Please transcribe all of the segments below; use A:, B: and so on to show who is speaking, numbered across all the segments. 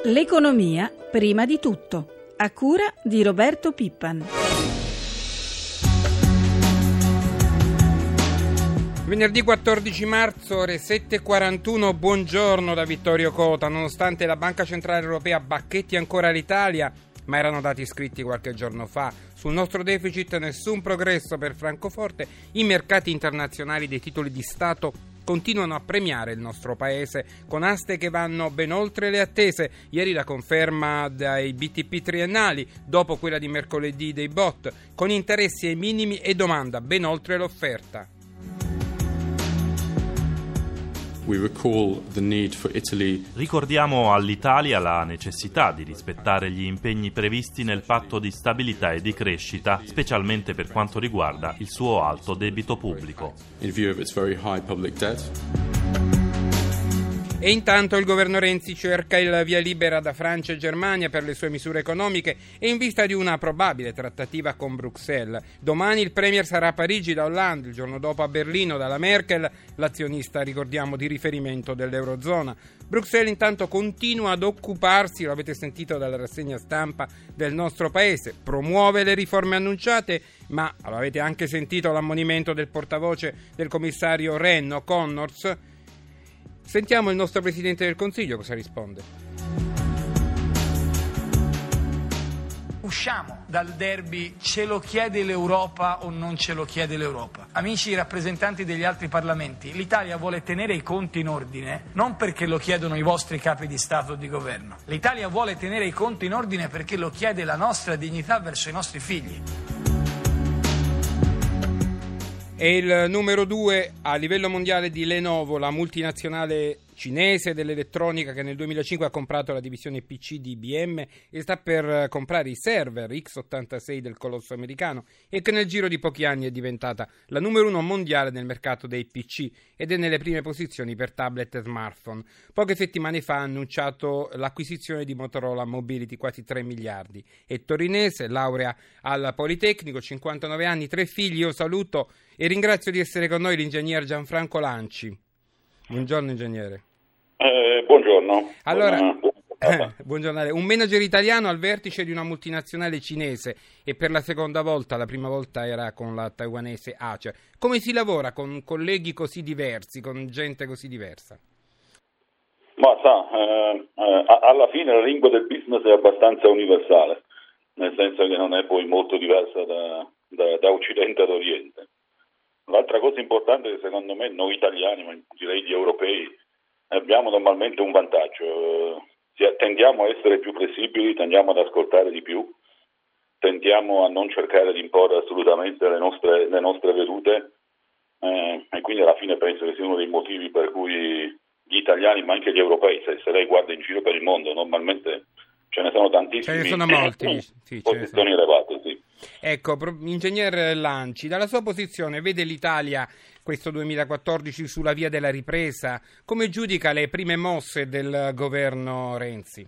A: L'economia prima di tutto, a cura di Roberto Pippan.
B: Venerdì 14 marzo, ore 7.41, buongiorno da Vittorio Cota. Nonostante la Banca Centrale Europea bacchetti ancora l'Italia, ma erano dati scritti qualche giorno fa, sul nostro deficit nessun progresso per Francoforte, i mercati internazionali dei titoli di Stato continuano a premiare il nostro paese con aste che vanno ben oltre le attese. Ieri la conferma dai BTP triennali, dopo quella di mercoledì dei BOT, con interessi ai minimi e domanda ben oltre l'offerta.
C: Ricordiamo all'Italia la necessità di rispettare gli impegni previsti nel patto di stabilità e di crescita, specialmente per quanto riguarda il suo alto debito pubblico.
B: E intanto il governo Renzi cerca il via libera da Francia e Germania per le sue misure economiche e in vista di una probabile trattativa con Bruxelles. Domani il premier sarà a Parigi da Hollande, il giorno dopo a Berlino dalla Merkel, l'azionista, ricordiamo, di riferimento dell'Eurozona. Bruxelles intanto continua ad occuparsi, lo avete sentito dalla rassegna stampa, del nostro paese, promuove le riforme annunciate, ma lo avete anche sentito l'ammonimento del portavoce del commissario Rehn, Connors. Sentiamo il nostro Presidente del Consiglio cosa risponde.
D: Usciamo dal derby ce lo chiede l'Europa o non ce lo chiede l'Europa. Amici rappresentanti degli altri parlamenti, l'Italia vuole tenere i conti in ordine non perché lo chiedono i vostri capi di Stato o di governo. L'Italia vuole tenere i conti in ordine perché lo chiede la nostra dignità verso i nostri figli.
B: È il numero 2 a livello mondiale di Lenovo, la multinazionale cinese dell'elettronica che nel 2005 ha comprato la divisione PC di IBM e sta per comprare i server x86 del colosso americano e che nel giro di pochi anni è diventata la numero 1 mondiale nel mercato dei PC ed è nelle prime posizioni per tablet e smartphone. Poche settimane fa ha annunciato l'acquisizione di Motorola Mobility, quasi 3 miliardi. È torinese, laurea al Politecnico, 59 anni, 3 figli. Io saluto e ringrazio di essere con noi l'ingegner Gianfranco Lanci. Buongiorno ingegnere.
E: Buongiorno.
B: Allora, buongiorno. Un manager italiano al vertice di una multinazionale cinese e per la seconda volta, la prima volta era con la taiwanese Acer. Come si lavora con colleghi così diversi, con gente così diversa?
E: Ma alla fine la lingua del business è abbastanza universale, nel senso che non è poi molto diversa da Occidente ad Oriente. L'altra cosa importante è che secondo me noi italiani, ma direi gli europei, abbiamo normalmente un vantaggio, tendiamo a essere più flessibili, tendiamo ad ascoltare di più, tendiamo a non cercare di imporre assolutamente le nostre vedute e quindi alla fine penso che sia uno dei motivi per cui gli italiani, ma anche gli europei, se lei guarda in giro per il mondo, normalmente ce ne sono tantissimi,
B: ce ne sono molti, sì,
E: posizioni elevate, sì.
B: Ecco, ingegner Lanci, dalla sua posizione vede l'Italia questo 2014 sulla via della ripresa? Come giudica le prime mosse del governo Renzi?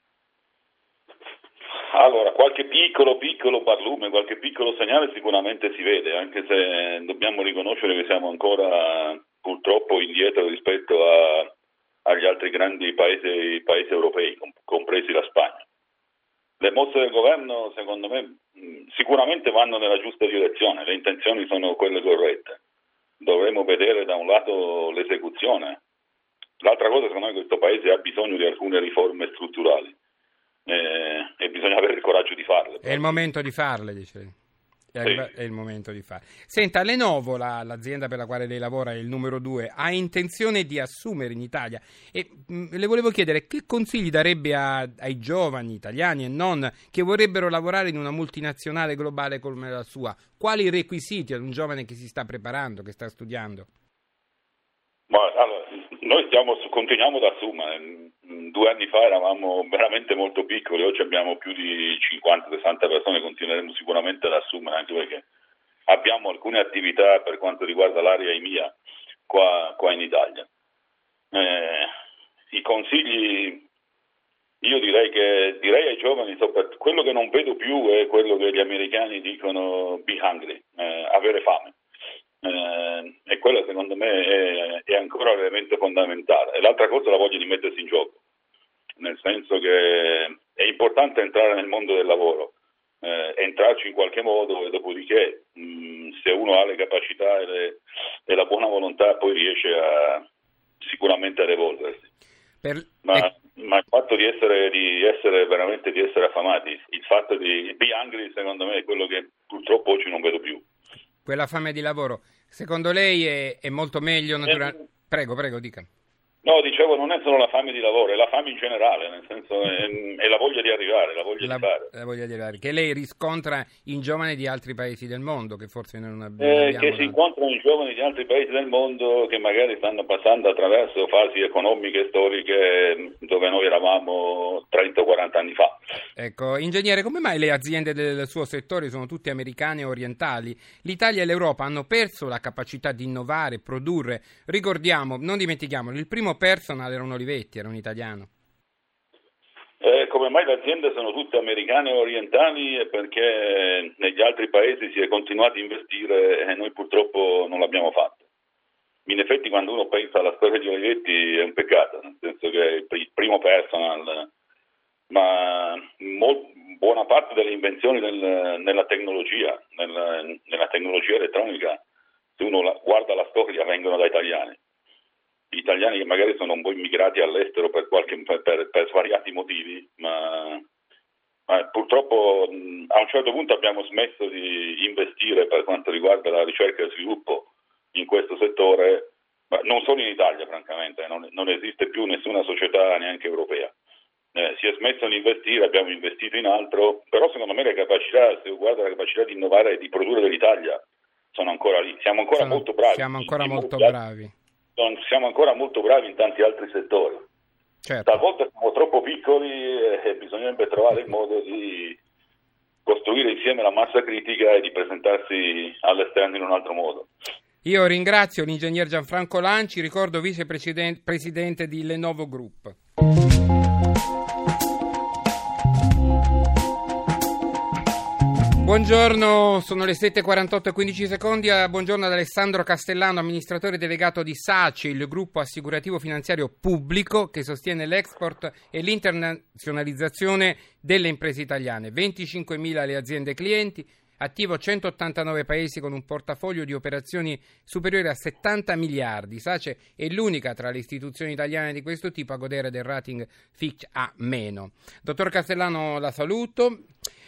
E: Allora, qualche piccolo barlume, qualche piccolo segnale sicuramente si vede, anche se dobbiamo riconoscere che siamo ancora purtroppo indietro rispetto agli altri grandi paesi europei, compresi la Spagna. Le mosse del governo, secondo me, sicuramente vanno nella giusta direzione, le intenzioni sono quelle corrette. Dovremo vedere da un lato l'esecuzione. L'altra cosa, secondo me, questo paese ha bisogno di alcune riforme strutturali e bisogna avere il coraggio di farle.
B: È il momento di farle, dice.
E: Sì.
B: È il momento di farle. Senta, Lenovo, l'azienda per la quale lei lavora, è il numero 2, ha intenzione di assumere in Italia e le volevo chiedere che consigli darebbe ai giovani italiani e non che vorrebbero lavorare in una multinazionale globale come la sua. Quali requisiti ad un giovane che si sta preparando, che sta studiando?
E: Ma allora, noi continuiamo ad assumere. 2 anni fa eravamo veramente molto piccoli, oggi abbiamo più di 50-60 persone, continueremo sicuramente ad assumere, anche perché abbiamo alcune attività per quanto riguarda l'area EMEA qua in Italia. I consigli, io direi ai giovani, quello che non vedo più è quello che gli americani dicono be hungry, avere fame. E quello secondo me è ancora l'elemento fondamentale. E l'altra cosa è la voglia di mettersi in gioco. nel senso che è importante entrare nel mondo del lavoro, entrarci in qualche modo, e dopodiché se uno ha le capacità e la buona volontà poi riesce sicuramente ad evolversi. Ma il fatto di essere veramente affamati, il fatto di be hungry, secondo me è quello che purtroppo oggi non vedo più.
B: Quella fame di lavoro, secondo lei è molto meglio Prego, dica.
E: No, dicevo, non è solo la fame di lavoro, è la fame in generale, nel senso è la voglia di arrivare, la voglia di fare.
B: La voglia di arrivare, che lei riscontra in giovani di altri paesi del mondo, che forse non abbiamo.
E: Che si incontrano in giovani di altri paesi del mondo che magari stanno passando attraverso fasi economiche e storiche dove noi eravamo 30 o 40 anni fa.
B: Ecco, ingegnere, come mai le aziende del suo settore sono tutte americane e orientali? L'Italia e l'Europa hanno perso la capacità di innovare, produrre. Ricordiamo, non dimentichiamolo, il primo personal era un Olivetti, era un italiano.
E: Come mai le aziende sono tutte americane o orientali? È perché negli altri paesi si è continuato a investire e noi purtroppo non l'abbiamo fatto. In effetti quando uno pensa alla storia di Olivetti è un peccato, nel senso che è il primo personal, ma buona parte delle invenzioni nella tecnologia, nella tecnologia elettronica, se uno guarda la storia, vengono da italiani. Gli italiani che magari sono un po' immigrati all'estero per svariati motivi, ma purtroppo a un certo punto abbiamo smesso di investire per quanto riguarda la ricerca e sviluppo in questo settore, ma non solo in Italia francamente, non esiste più nessuna società neanche europea. Si è smesso di investire, abbiamo investito in altro, però secondo me le capacità, se guarda la capacità di innovare e di produrre dell'Italia, sono ancora lì, siamo ancora molto bravi.
B: Siamo ancora molto bravi.
E: Siamo ancora molto bravi in tanti altri settori.
B: Certo.
E: Talvolta siamo troppo piccoli e bisognerebbe trovare il modo di costruire insieme la massa critica e di presentarsi all'esterno in un altro modo.
B: Io ringrazio l'ingegner Gianfranco Lanci, ricordo vicepresidente di Lenovo Group. Buongiorno, sono le 7:48 e 15 secondi. Buongiorno ad Alessandro Castellano, amministratore delegato di SACE, il gruppo assicurativo finanziario pubblico che sostiene l'export e l'internazionalizzazione delle imprese italiane. 25.000 le aziende clienti, attivo 189 paesi con un portafoglio di operazioni superiore a 70 miliardi. SACE è l'unica tra le istituzioni italiane di questo tipo a godere del rating Fitch A-. Dottor Castellano, la saluto.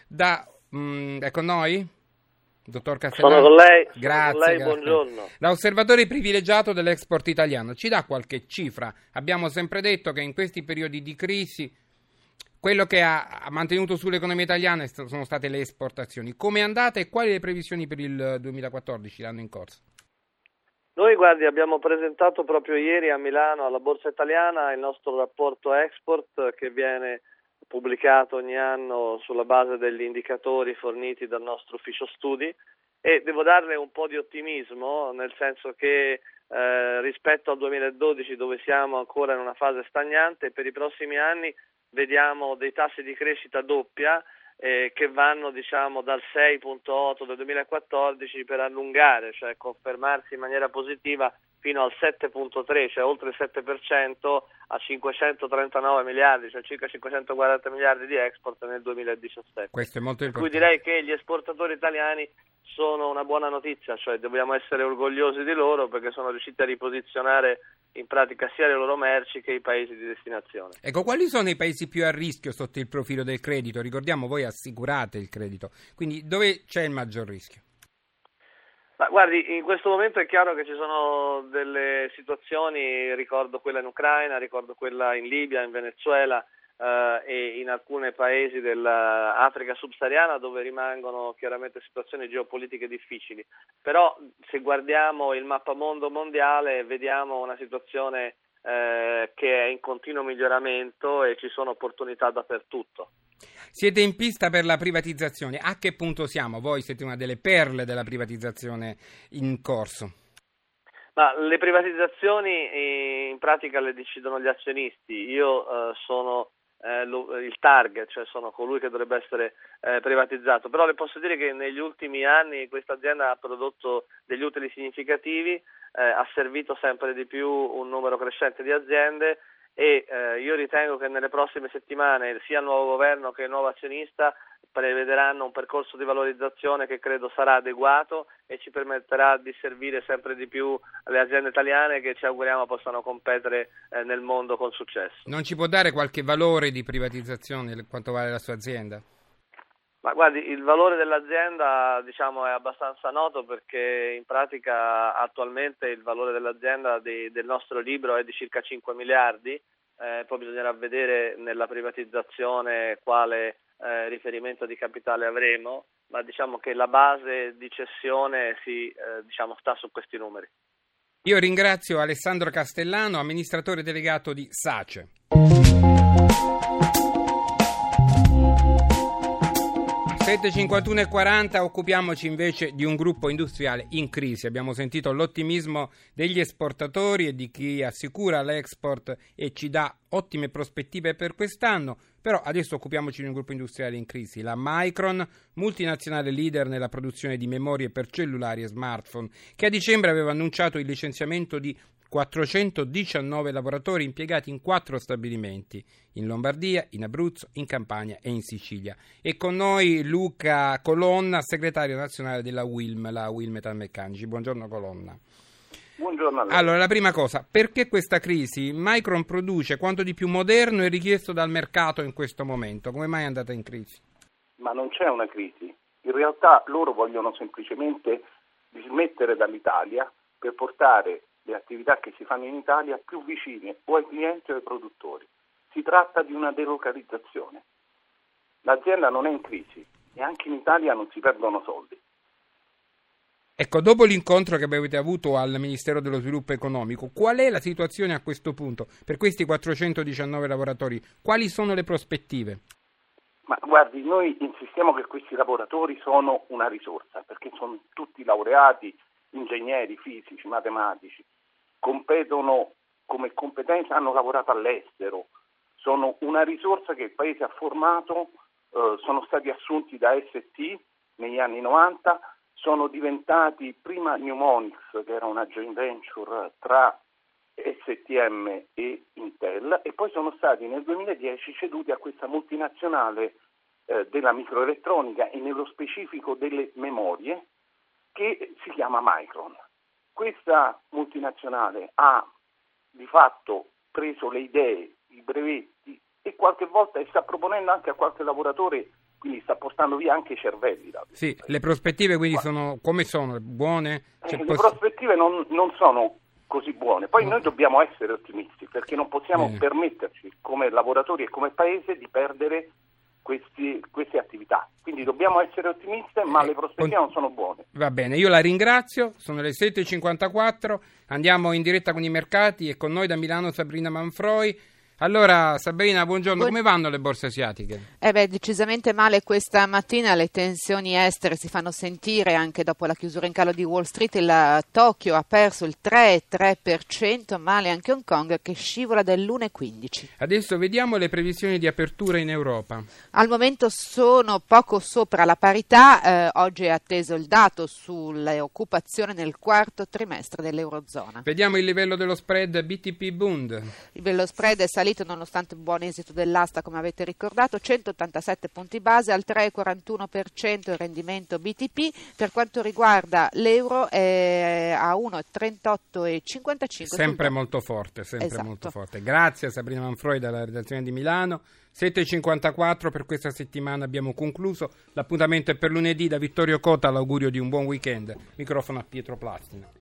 B: È con noi? Dottor Castellano?
F: Sono con lei.
B: Grazie.
F: Buongiorno.
B: Da osservatore privilegiato dell'export italiano, ci dà qualche cifra? Abbiamo sempre detto che in questi periodi di crisi quello che ha mantenuto sull'economia italiana sono state le esportazioni. Come è andata e quali le previsioni per il 2014, l'anno in corso?
F: Noi, guardi, abbiamo presentato proprio ieri a Milano alla Borsa Italiana il nostro rapporto export che viene pubblicato ogni anno sulla base degli indicatori forniti dal nostro ufficio studi, e devo darle un po' di ottimismo, nel senso che rispetto al 2012, dove siamo ancora in una fase stagnante, per i prossimi anni vediamo dei tassi di crescita doppia che vanno dal 6.8 del 2014 per allungare, cioè confermarsi in maniera positiva fino al 7.3, cioè oltre il 7%, a 539 miliardi, cioè circa 540 miliardi di export nel 2017.
B: Questo è molto importante.
F: Per cui direi che gli esportatori italiani sono una buona notizia, cioè dobbiamo essere orgogliosi di loro perché sono riusciti a riposizionare in pratica sia le loro merci che i paesi di destinazione.
B: Ecco, quali sono i paesi più a rischio sotto il profilo del credito? Ricordiamo, voi assicurate il credito, quindi dove c'è il maggior rischio?
F: Ma guardi, in questo momento è chiaro che ci sono delle situazioni, ricordo quella in Ucraina, ricordo quella in Libia, in Venezuela e in alcuni paesi dell'Africa subsahariana, dove rimangono chiaramente situazioni geopolitiche difficili. Però se guardiamo il mappamondo mondiale vediamo una situazione che è in continuo miglioramento e ci sono opportunità dappertutto.
B: Siete in pista per la privatizzazione. A che punto siamo? Voi siete una delle perle della privatizzazione in corso.
F: Ma le privatizzazioni in pratica le decidono gli azionisti. Io sono il target, cioè sono colui che dovrebbe essere privatizzato. Però le posso dire che negli ultimi anni questa azienda ha prodotto degli utili significativi, ha servito sempre di più un numero crescente di aziende e io ritengo che nelle prossime settimane sia il nuovo governo che il nuovo azionista prevederanno un percorso di valorizzazione che credo sarà adeguato e ci permetterà di servire sempre di più le aziende italiane che ci auguriamo possano competere nel mondo con successo.
B: Non ci può dare qualche valore di privatizzazione, quanto vale la sua azienda?
F: Ma guardi, il valore dell'azienda è abbastanza noto, perché in pratica attualmente il valore dell'azienda del nostro libro è di circa 5 miliardi, poi bisognerà vedere nella privatizzazione quale riferimento di capitale avremo, ma diciamo che la base di cessione sta su questi numeri.
B: Io ringrazio Alessandro Castellano, amministratore delegato di SACE. 7:51:40, occupiamoci invece di un gruppo industriale in crisi. Abbiamo sentito l'ottimismo degli esportatori e di chi assicura l'export e ci dà ottime prospettive per quest'anno, però adesso occupiamoci di un gruppo industriale in crisi, la Micron, multinazionale leader nella produzione di memorie per cellulari e smartphone, che a dicembre aveva annunciato il licenziamento di 419 lavoratori impiegati in 4 stabilimenti, in Lombardia, in Abruzzo, in Campania e in Sicilia. E con noi Luca Colonna, segretario nazionale della UILM, la UIL Metalmeccanici. Buongiorno Colonna.
G: Buongiorno a lei.
B: Allora, la prima cosa, perché questa crisi? Micron produce quanto di più moderno e richiesto dal mercato in questo momento. Come mai è andata in crisi?
G: Ma non c'è una crisi. In realtà loro vogliono semplicemente dismettere dall'Italia per portare le attività che si fanno in Italia più vicine o ai clienti o ai produttori. Si tratta di una delocalizzazione. L'azienda non è in crisi e anche in Italia non si perdono soldi.
B: Ecco, dopo l'incontro che avete avuto al Ministero dello Sviluppo Economico, qual è la situazione a questo punto per questi 419 lavoratori? Quali sono le prospettive?
G: Ma guardi, noi insistiamo che questi lavoratori sono una risorsa, perché sono tutti laureati, ingegneri, fisici, matematici, competono come competenza, hanno lavorato all'estero, sono una risorsa che il Paese ha formato, sono stati assunti da ST negli anni 90, sono diventati prima Pneumonics, che era una joint venture tra STM e Intel, e poi sono stati nel 2010 ceduti a questa multinazionale della microelettronica e nello specifico delle memorie, che si chiama Micron. Questa multinazionale ha di fatto preso le idee, i brevetti, e qualche volta sta proponendo anche a qualche lavoratore, quindi sta portando via anche i cervelli.
B: Sì, le prospettive quindi sono come sono? Buone?
G: Le prospettive non sono così buone. Poi noi dobbiamo essere ottimisti, perché non possiamo permetterci come lavoratori e come Paese di perdere queste attività. Quindi dobbiamo essere ottimisti, ma le prospettive non sono buone.
B: Va bene, io la ringrazio, sono le 7:54, andiamo in diretta con i mercati e con noi da Milano Sabrina Manfroi. Allora Sabrina, buongiorno, come vanno le borse asiatiche?
H: Decisamente male questa mattina, le tensioni estere si fanno sentire anche dopo la chiusura in calo di Wall Street. Il Tokyo ha perso il 3,3%, male anche Hong Kong che scivola dell'1,15%.
B: Adesso vediamo le previsioni di apertura in Europa.
H: Al momento sono poco sopra la parità, oggi è atteso il dato sulle occupazioni nel quarto trimestre dell'Eurozona.
B: Vediamo il livello dello spread BTP Bund.
H: Il livello spread è salito nonostante il buon esito dell'asta, come avete ricordato, 187 punti base al 3,41% il rendimento BTP. Per quanto riguarda l'euro è a 1,38,55.
B: Sempre molto forte,
H: esatto.
B: Molto forte. Grazie a Sabrina Manfroi dalla redazione di Milano. 7:54 per questa settimana abbiamo concluso. L'appuntamento è per lunedì. Da Vittorio Cota l'augurio di un buon weekend. Microfono a Pietro Plastina.